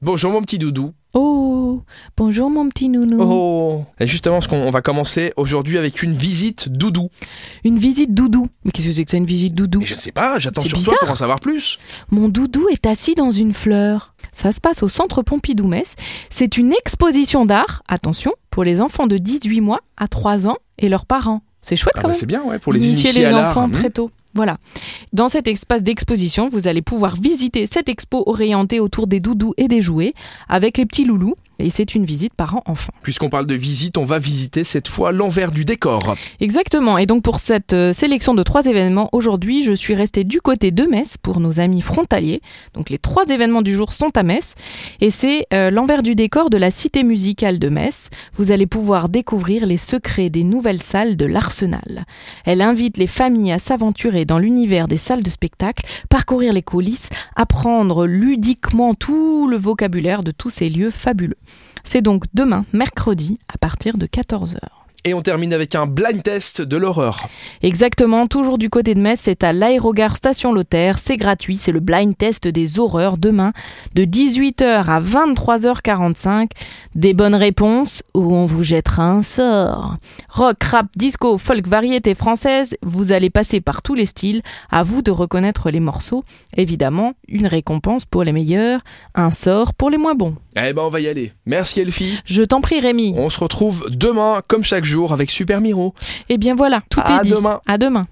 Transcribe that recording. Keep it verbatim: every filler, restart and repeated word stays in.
Bonjour mon petit doudou. Oh, bonjour mon petit nounou. Oh. Et justement, parce qu'on on va commencer aujourd'hui avec une visite doudou. Une visite doudou. Mais qu'est-ce que c'est que ça, une visite doudou? Et je ne sais pas, j'attends C'est sur bizarre. toi pour en savoir plus. Mon doudou est assis dans une fleur. Ça se passe au Centre Pompidou-Metz. C'est une exposition d'art, attention, pour les enfants de dix-huit mois à trois ans et leurs parents. C'est chouette Ah quand bah même. c'est bien, ouais, pour les Initier initiés les à l'art. enfants Mmh. très tôt. Voilà. Dans cet espace d'exposition, vous allez pouvoir visiter cette expo orientée autour des doudous et des jouets avec les petits loulous. Et c'est une visite parents-enfants. Puisqu'on parle de visite, on va visiter cette fois l'envers du décor. Exactement. Et donc pour cette euh, sélection de trois événements, aujourd'hui, je suis restée du côté de Metz pour nos amis frontaliers. Donc les trois événements du jour sont à Metz. Et c'est euh, l'envers du décor de la Cité musicale de Metz. Vous allez pouvoir découvrir les secrets des nouvelles salles de l'Arsenal. Elle invite les familles à s'aventurer dans l'univers des salles de spectacle, parcourir les coulisses, apprendre ludiquement tout le vocabulaire de tous ces lieux fabuleux. C'est donc demain, mercredi, à partir de quatorze heures. Et on termine avec un blind test de l'horreur. Exactement, toujours du côté de Metz, c'est à l'aérogare Station Lothaire, c'est gratuit, c'est le blind test des horreurs demain de dix-huit heures à vingt-trois heures quarante-cinq. Des bonnes réponses ou on vous jettera un sort. Rock, rap, disco, folk, variété française, vous allez passer par tous les styles, à vous de reconnaître les morceaux. Évidemment, une récompense pour les meilleurs, un sort pour les moins bons. Eh ben on va y aller. Merci Elfie. Je t'en prie Rémi. On se retrouve demain comme chaque jour avec Super Miro. Et bien voilà, tout À est dit. demain. À demain.